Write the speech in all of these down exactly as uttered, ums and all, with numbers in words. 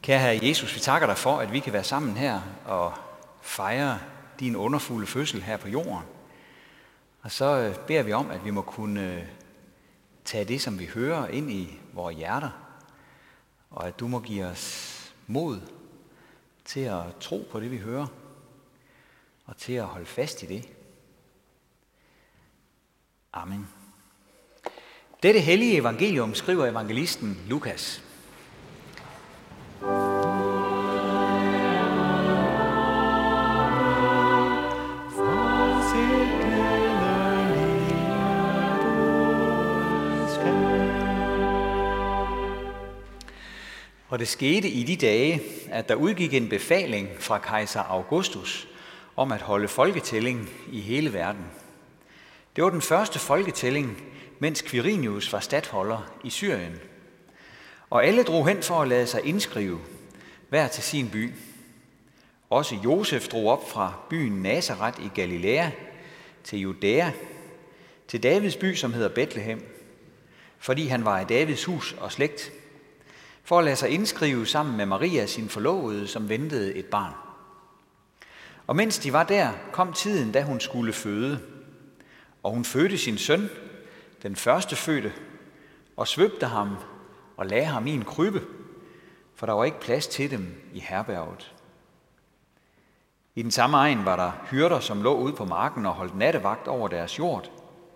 Kære Herre Jesus, vi takker dig for, at vi kan være sammen her og fejre din underfulde fødsel her på jorden. Og så beder vi om, at vi må kunne tage det, som vi hører, ind i vores hjerter, og at du må give os mod til at tro på det, vi hører, og til at holde fast i det. Amen. Dette hellige evangelium skriver evangelisten Lukas. Og det skete i de dage, at der udgik en befaling fra kejser Augustus om at holde folketælling i hele verden. Det var den første folketælling, mens Quirinius var statholder i Syrien. Og alle drog hen for at lade sig indskrive, hver til sin by. Også Josef drog op fra byen Nazaret i Galilea til Judæa, til Davids by, som hedder Betlehem, fordi han var i Davids hus og slægt, for at lade sig indskrive sammen med Maria, sin forlovede, som ventede et barn. Og mens de var der, kom tiden, da hun skulle føde, og hun fødte sin søn, den første fødte, og svøbte ham og lagde ham i en krybbe, for der var ikke plads til dem i herberget. I den samme egen var der hyrder, som lå ude på marken og holdt nattevagt over deres jord.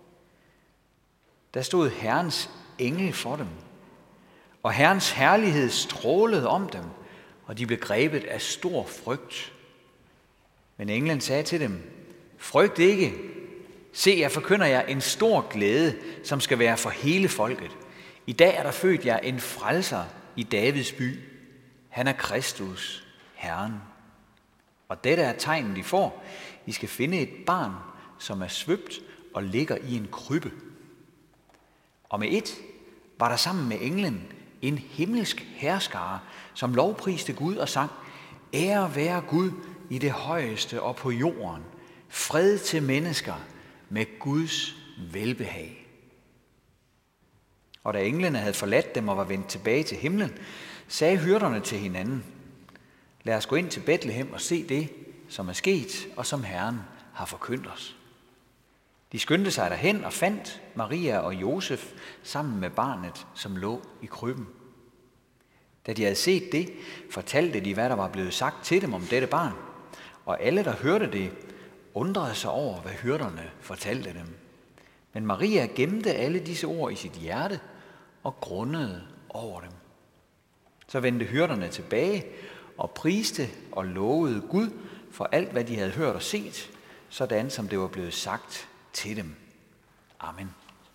Der stod Herrens engel for dem, og Herrens herlighed strålede om dem, og de blev grebet af stor frygt. Men englen sagde til dem: Frygt ikke. Se, jeg forkynder jer en stor glæde, som skal være for hele folket. I dag er der født jer en frelser i Davids by. Han er Kristus, Herren. Og dette er tegnet, I får. I skal finde et barn, som er svøbt og ligger i en krybbe. Og med et var der sammen med englen en himmelsk herskare, som lovpriste Gud og sang: Ære være Gud i det højeste og på jorden, fred til mennesker med Guds velbehag. Og da englene havde forladt dem og var vendt tilbage til himlen, sagde hyrderne til hinanden: Lad os gå ind til Betlehem og se det, som er sket, og som Herren har forkyndt os. De skyndte sig derhen og fandt Maria og Josef sammen med barnet, som lå i krybben. Da de havde set det, fortalte de, hvad der var blevet sagt til dem om dette barn, og alle, der hørte det, undrede sig over, hvad hyrderne fortalte dem. Men Maria gemte alle disse ord i sit hjerte og grundede over dem. Så vendte hyrderne tilbage og priste og lovede Gud for alt, hvad de havde hørt og set, sådan som det var blevet sagt til dem. Amen.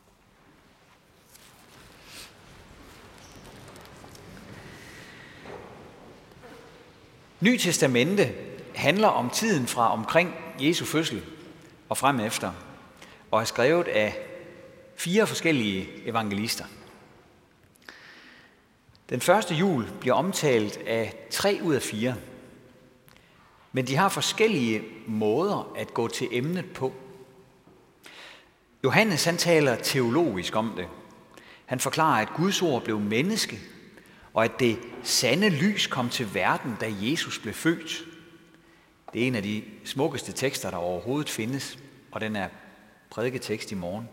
Ny Testamente handler om tiden fra omkring Jesu fødsel og frem efter, og er skrevet af fire forskellige evangelister. Den første jul bliver omtalt af tre ud af fire, men de har forskellige måder at gå til emnet på. Johannes han taler teologisk om det. Han forklarer, at Guds ord blev menneske, og at det sande lys kom til verden, da Jesus blev født. Det er en af de smukkeste tekster, der overhovedet findes, og den er prædiketekst i morgen.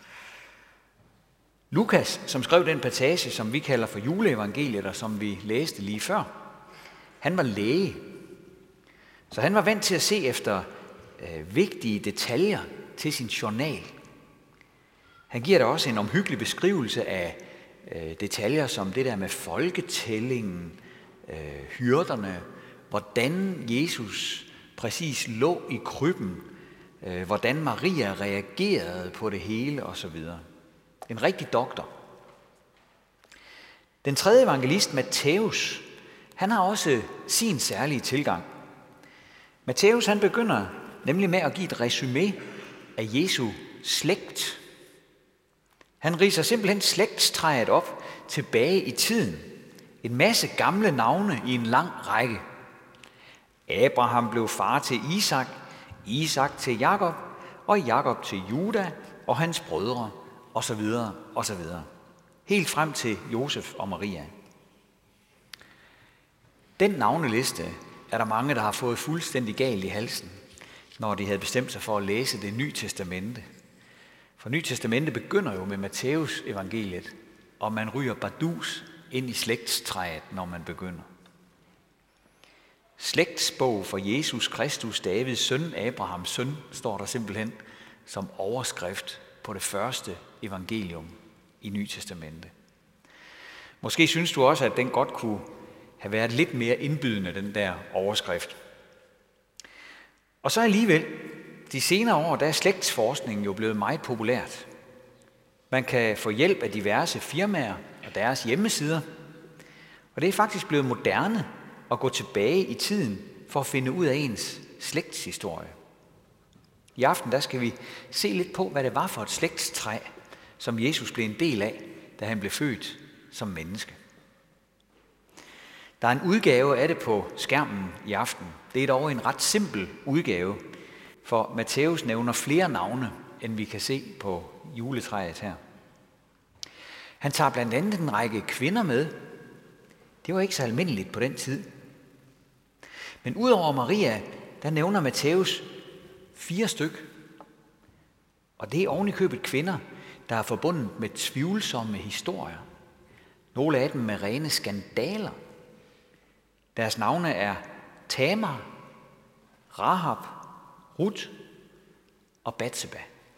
Lukas, som skrev den passage, som vi kalder for juleevangeliet, og som vi læste lige før, han var læge. Så han var vant til at se efter øh, vigtige detaljer til sin journal. Han giver der også en omhyggelig beskrivelse af øh, detaljer som det der med folketællingen, øh, hyrderne, hvordan Jesus præcis lå i krybben, øh, hvordan Maria reagerede på det hele osv. En rigtig doktor. Den tredje evangelist, Matthæus, han har også sin særlige tilgang. Matthæus han begynder nemlig med at give et resumé af Jesu slægt. Han ridser simpelthen slægtstræet op tilbage i tiden. En masse gamle navne i en lang række. Abraham blev far til Isak, Isak til Jakob, og Jakob til Juda og hans brødre, og så videre, og så videre. Helt frem til Josef og Maria. Den navneliste er der mange, der har fået fuldstændig galt i halsen, når de havde bestemt sig for at læse det Nye Testamente. For Nye Testamente begynder jo med Matthæus evangeliet, og man ryger bardus ind i slægtstræet, når man begynder. Slægtsbog for Jesus Kristus, Davids søn, Abrahams søn, står der simpelthen som overskrift på det første evangelium i Nye Testamente. Måske synes du også, at den godt kunne have været lidt mere indbydende, den der overskrift. Og så alligevel, de senere år, der er slægtsforskningen jo blevet meget populært. Man kan få hjælp af diverse firmaer og deres hjemmesider, og det er faktisk blevet moderne at gå tilbage i tiden for at finde ud af ens slægtshistorie. I aften der skal vi se lidt på, hvad det var for et slægtstræ, som Jesus blev en del af, da han blev født som menneske. Der er en udgave af det på skærmen i aften. Det er dog en ret simpel udgave, for Matthæus nævner flere navne, end vi kan se på juletræet her. Han tager blandt andet en række kvinder med. Det var ikke så almindeligt på den tid. Men udover Maria, der nævner Matthæus fire styk. Og det er oven i købet kvinder, der er forbundet med tvivlsomme historier. Nogle af dem med rene skandaler. Deres navne er Tamar, Rahab, Ruth og Batseba.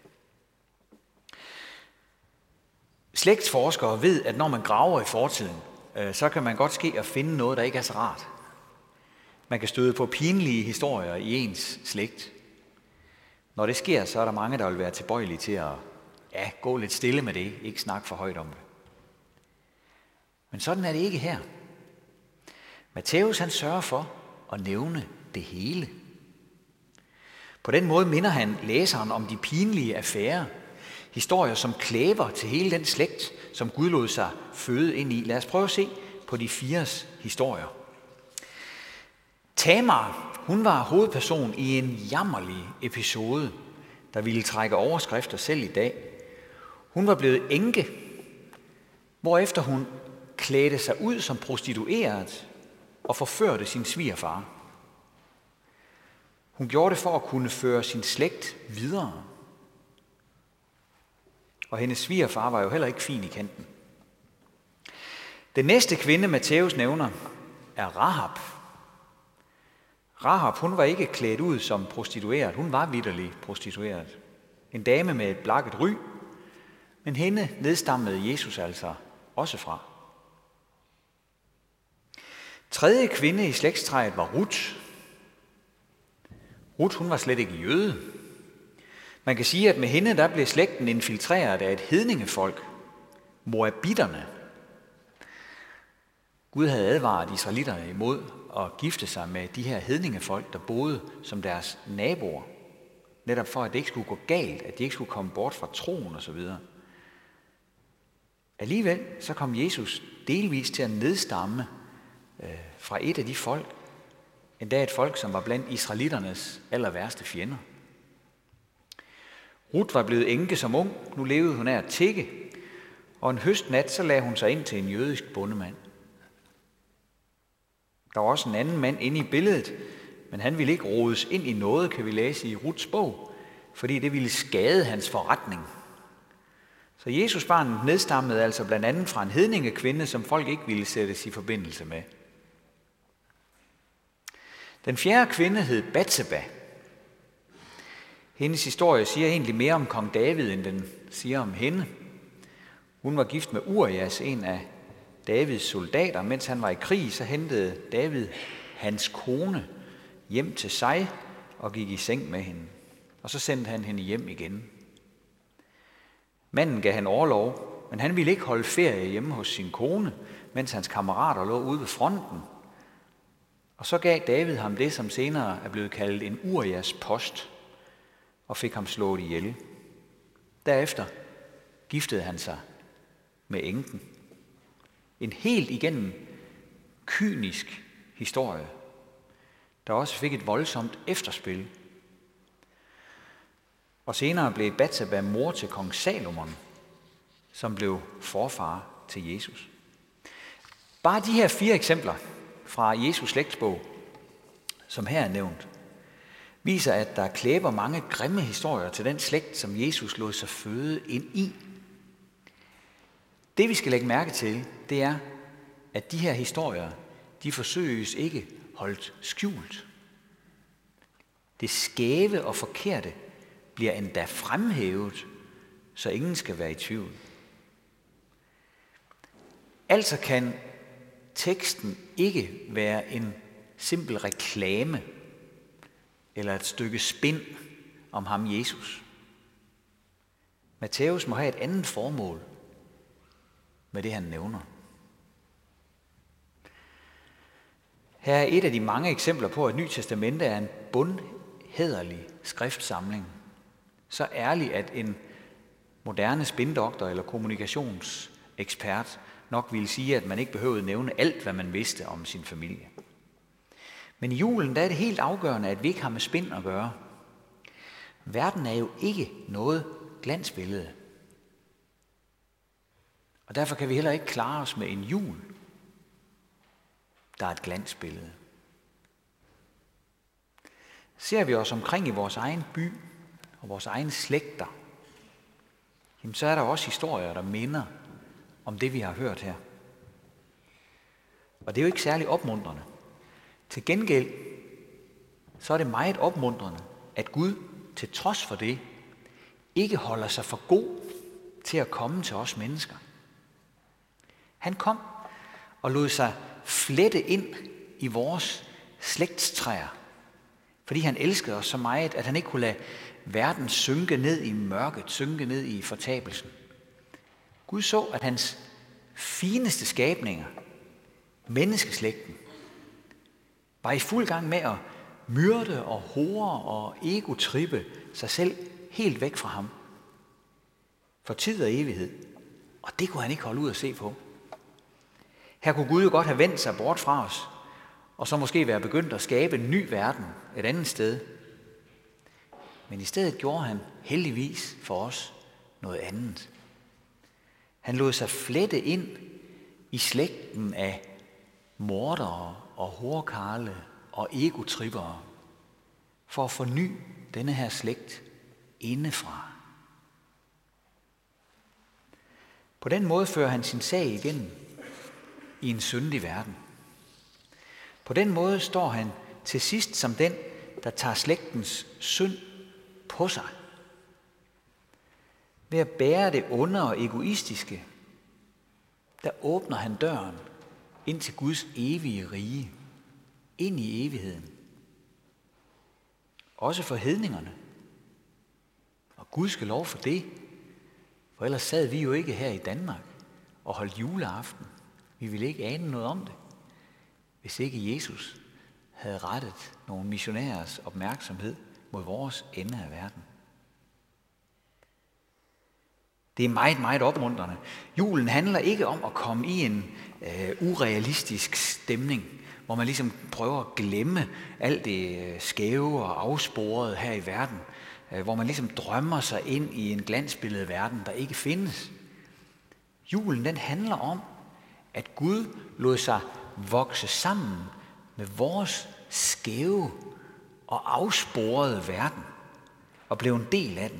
Slægtsforskere ved, at når man graver i fortiden, så kan man godt ske at finde noget, der ikke er så rart. Man kan støde på pinlige historier i ens slægt. Når det sker, så er der mange, der vil være tilbøjelige til at ja, gå lidt stille med det, ikke snakke for højt om det. Men sådan er det ikke her. Matthæus han sørger for at nævne det hele. På den måde minder han læseren om de pinlige affærer, historier som klæber til hele den slægt, som Gud lod sig føde ind i. Lad os prøve at se på de fires historier. Tamar, hun var hovedperson i en jammerlig episode, der ville trække overskrifter selv i dag. Hun var blevet enke, hvorefter hun klædte sig ud som prostitueret og forførte sin svigerfar. Hun gjorde det for at kunne føre sin slægt videre. Og hendes svigerfar var jo heller ikke fin i kanten. Den næste kvinde, Matthæus nævner, er Rahab. Rahab, hun var ikke klædt ud som prostitueret. Hun var vitterlig prostitueret. En dame med et blakket ry, men hende nedstammede Jesus altså også fra. Tredje kvinde i slægtstræet var Ruth. Ruth, hun var slet ikke jøde. Man kan sige, at med hende der blev slægten infiltreret af et hedningefolk, moabitterne. Gud havde advaret israelitterne imod at gifte sig med de her hedningefolk, der boede som deres naboer. Netop for, at det ikke skulle gå galt, at de ikke skulle komme bort fra troen osv. Alligevel så kom Jesus delvis til at nedstamme øh, fra et af de folk, endda et folk, som var blandt israelitternes aller værste fjender. Ruth var blevet enke som ung, nu levede hun af at tigge, og en høstnat så lagde hun sig ind til en jødisk bondemand. Der var også en anden mand inde i billedet, men han ville ikke rodes ind i noget, kan vi læse i Ruths bog, fordi det ville skade hans forretning. Så Jesusbarnet nedstammede altså blandt andet fra en hedningekvinde, som folk ikke ville sættes i forbindelse med. Den fjerde kvinde hed Batseba. Hendes historie siger egentlig mere om kong David, end den siger om hende. Hun var gift med Urias, en af Davids soldater. Mens han var i krig, så hentede David hans kone hjem til sig og gik i seng med hende. Og så sendte han hende hjem igen. Manden gav han orlov, men han ville ikke holde ferie hjemme hos sin kone, mens hans kammerater lå ude ved fronten. Og så gav David ham det, som senere er blevet kaldt en Urias post, og fik ham slået ihjel. Derefter giftede han sig med enken. En helt igennem kynisk historie, der også fik et voldsomt efterspil. Og senere blev Batseba mor til kong Salomon, som blev forfar til Jesus. Bare de her fire eksempler fra Jesus slægtsbog, som her er nævnt, viser, at der klæber mange grimme historier til den slægt, som Jesus lod sig føde ind i. Det vi skal lægge mærke til, det er, at de her historier, de forsøges ikke holdt skjult. Det skæve og forkerte bliver endda fremhævet, så ingen skal være i tvivl. Altså kan teksten ikke være en simpel reklame eller et stykke spind om ham Jesus. Matthæus må have et andet formål med det, han nævner. Her er et af de mange eksempler på, at Nyt Testamente er en bundhæderlig skriftsamling. Så ærlig, at en moderne spindoktor eller kommunikationsekspert nok ville sige, at man ikke behøvede nævne alt, hvad man vidste om sin familie. Men i julen der er det helt afgørende, at vi ikke har med spind at gøre. Verden er jo ikke noget glansbillede. Og derfor kan vi heller ikke klare os med en jul, der er et glansbillede. Ser vi os omkring i vores egen by og vores egen slægter, jamen så er der også historier, der minder om det, vi har hørt her. Og det er jo ikke særlig opmuntrende. Til gengæld, så er det meget opmuntrende, at Gud, til trods for det, ikke holder sig for god til at komme til os mennesker. Han kom og lod sig flette ind i vores slægtstræer, fordi han elskede os så meget, at han ikke kunne lade verden synke ned i mørket, synke ned i fortabelsen. Gud så, at hans fineste skabninger, menneskeslægten, var i fuld gang med at myrde og hore og egotrippe sig selv helt væk fra ham. For tid og evighed. Og det kunne han ikke holde ud at se på. Her kunne Gud jo godt have vendt sig bort fra os, og så måske være begyndt at skabe en ny verden et andet sted. Men i stedet gjorde han heldigvis for os noget andet. Han lod sig flette ind i slægten af mordere og horkarle og egotrippere for at forny denne her slægt indefra. På den måde fører han sin sag igennem i en syndig verden. På den måde står han til sidst som den, der tager slægtens synd på sig. Ved at bære det onde og egoistiske, der åbner han døren ind til Guds evige rige, ind i evigheden. Også for hedningerne. Og Gud skal lov for det, for ellers sad vi jo ikke her i Danmark og holdt juleaften. Vi ville ikke ane noget om det, hvis ikke Jesus havde rettet nogle missionærers opmærksomhed mod vores ende af verden. Det er meget, meget opmuntrende. Julen handler ikke om at komme i en øh, urealistisk stemning, hvor man ligesom prøver at glemme alt det skæve og afsporede her i verden, øh, hvor man ligesom drømmer sig ind i en glansbillede verden, der ikke findes. Julen, den handler om, at Gud lod sig vokse sammen med vores skæve og afsporede verden og blev en del af den.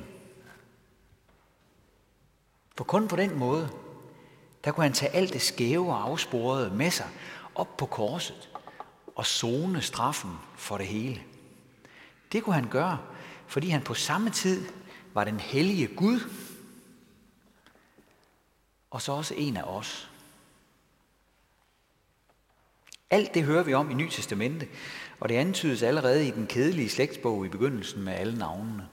For kun på den måde, der kunne han tage alt det skæve og afsporede med sig op på korset og sone straffen for det hele. Det kunne han gøre, fordi han på samme tid var den hellige Gud, og så også en af os. Alt det hører vi om i Nyt Testamente, og det antydes allerede i den kedelige slægtsbog i begyndelsen med alle navnene.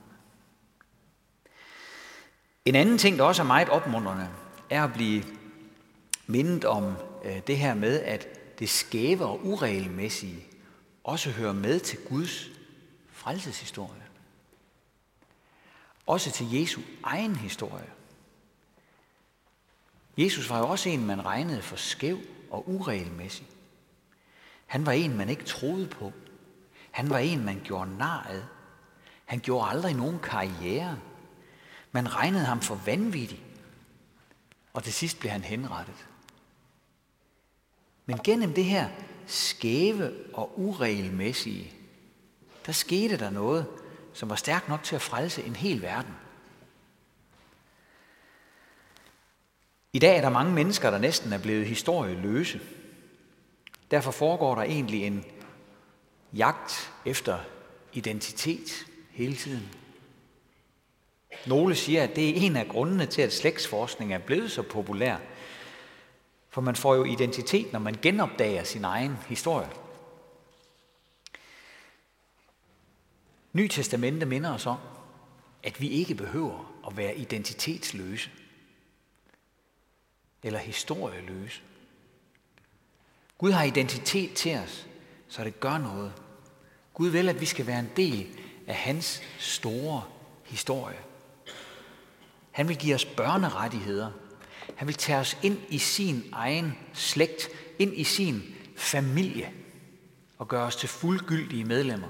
En anden ting, der også er meget opmuntrende, er at blive mindet om øh, det her med, at det skæve og uregelmæssige også hører med til Guds frelseshistorie. Også til Jesu egen historie. Jesus var jo også en, man regnede for skæv og uregelmæssig. Han var en, man ikke troede på. Han var en, man gjorde nar af. Han gjorde aldrig nogen karriere. Man regnede ham for vanvittig. Og til sidst blev han henrettet. Men gennem det her skæve og uregelmæssige, der skete der noget, som var stærkt nok til at frelse en hel verden. I dag er der mange mennesker, der næsten er blevet historieløse. Derfor foregår der egentlig en jagt efter identitet hele tiden. Nogle siger, at det er en af grundene til, at slægtsforskning er blevet så populær. For man får jo identitet, når man genopdager sin egen historie. Ny Testamente minder os om, at vi ikke behøver at være identitetsløse eller historieløse. Gud har identitet til os, så det gør noget. Gud vil, at vi skal være en del af hans store historie. Han vil give os børnerettigheder. Han vil tage os ind i sin egen slægt, ind i sin familie og gøre os til fuldgyldige medlemmer.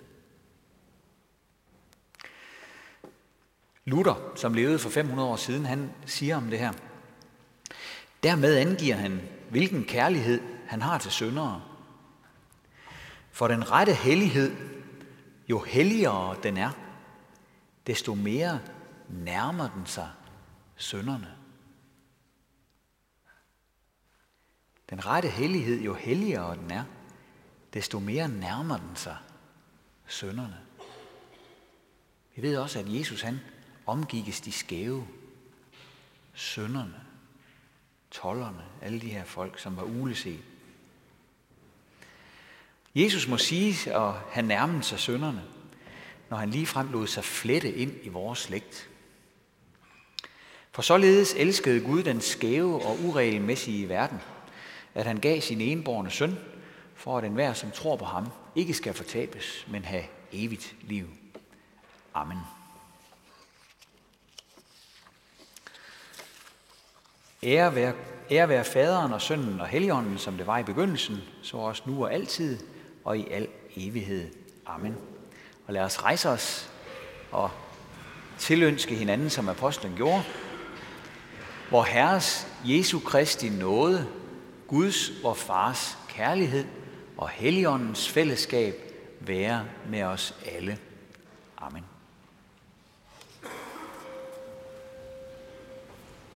Luther, som levede for fem hundrede år siden, han siger om det her. Dermed angiver han, hvilken kærlighed han har til syndere. For den rette hellighed, jo helligere den er, desto mere nærmer den sig synderne. Den rette hellighed, jo helligere den er, desto mere nærmer den sig synderne. Vi ved også, at Jesus han omgikkes de skæve, synderne, tolderne, alle de her folk, som var ugleset. Jesus må sige, at han nærmede sig synderne, når han ligefrem lod sig flette ind i vores slægt. For således elskede Gud den skæve og uregelmæssige verden, at han gav sin enbårne søn, for at enhver, som tror på ham, ikke skal fortabes, men have evigt liv. Amen. Ære være, ære være faderen og sønnen og helligånden, som det var i begyndelsen, så også nu og altid og i al evighed. Amen. Og lad os rejse os og tilønske hinanden, som apostlen gjorde. Vor Herres Jesu Kristi nåde, Guds vor Fars kærlighed og Helligåndens fællesskab være med os alle. Amen.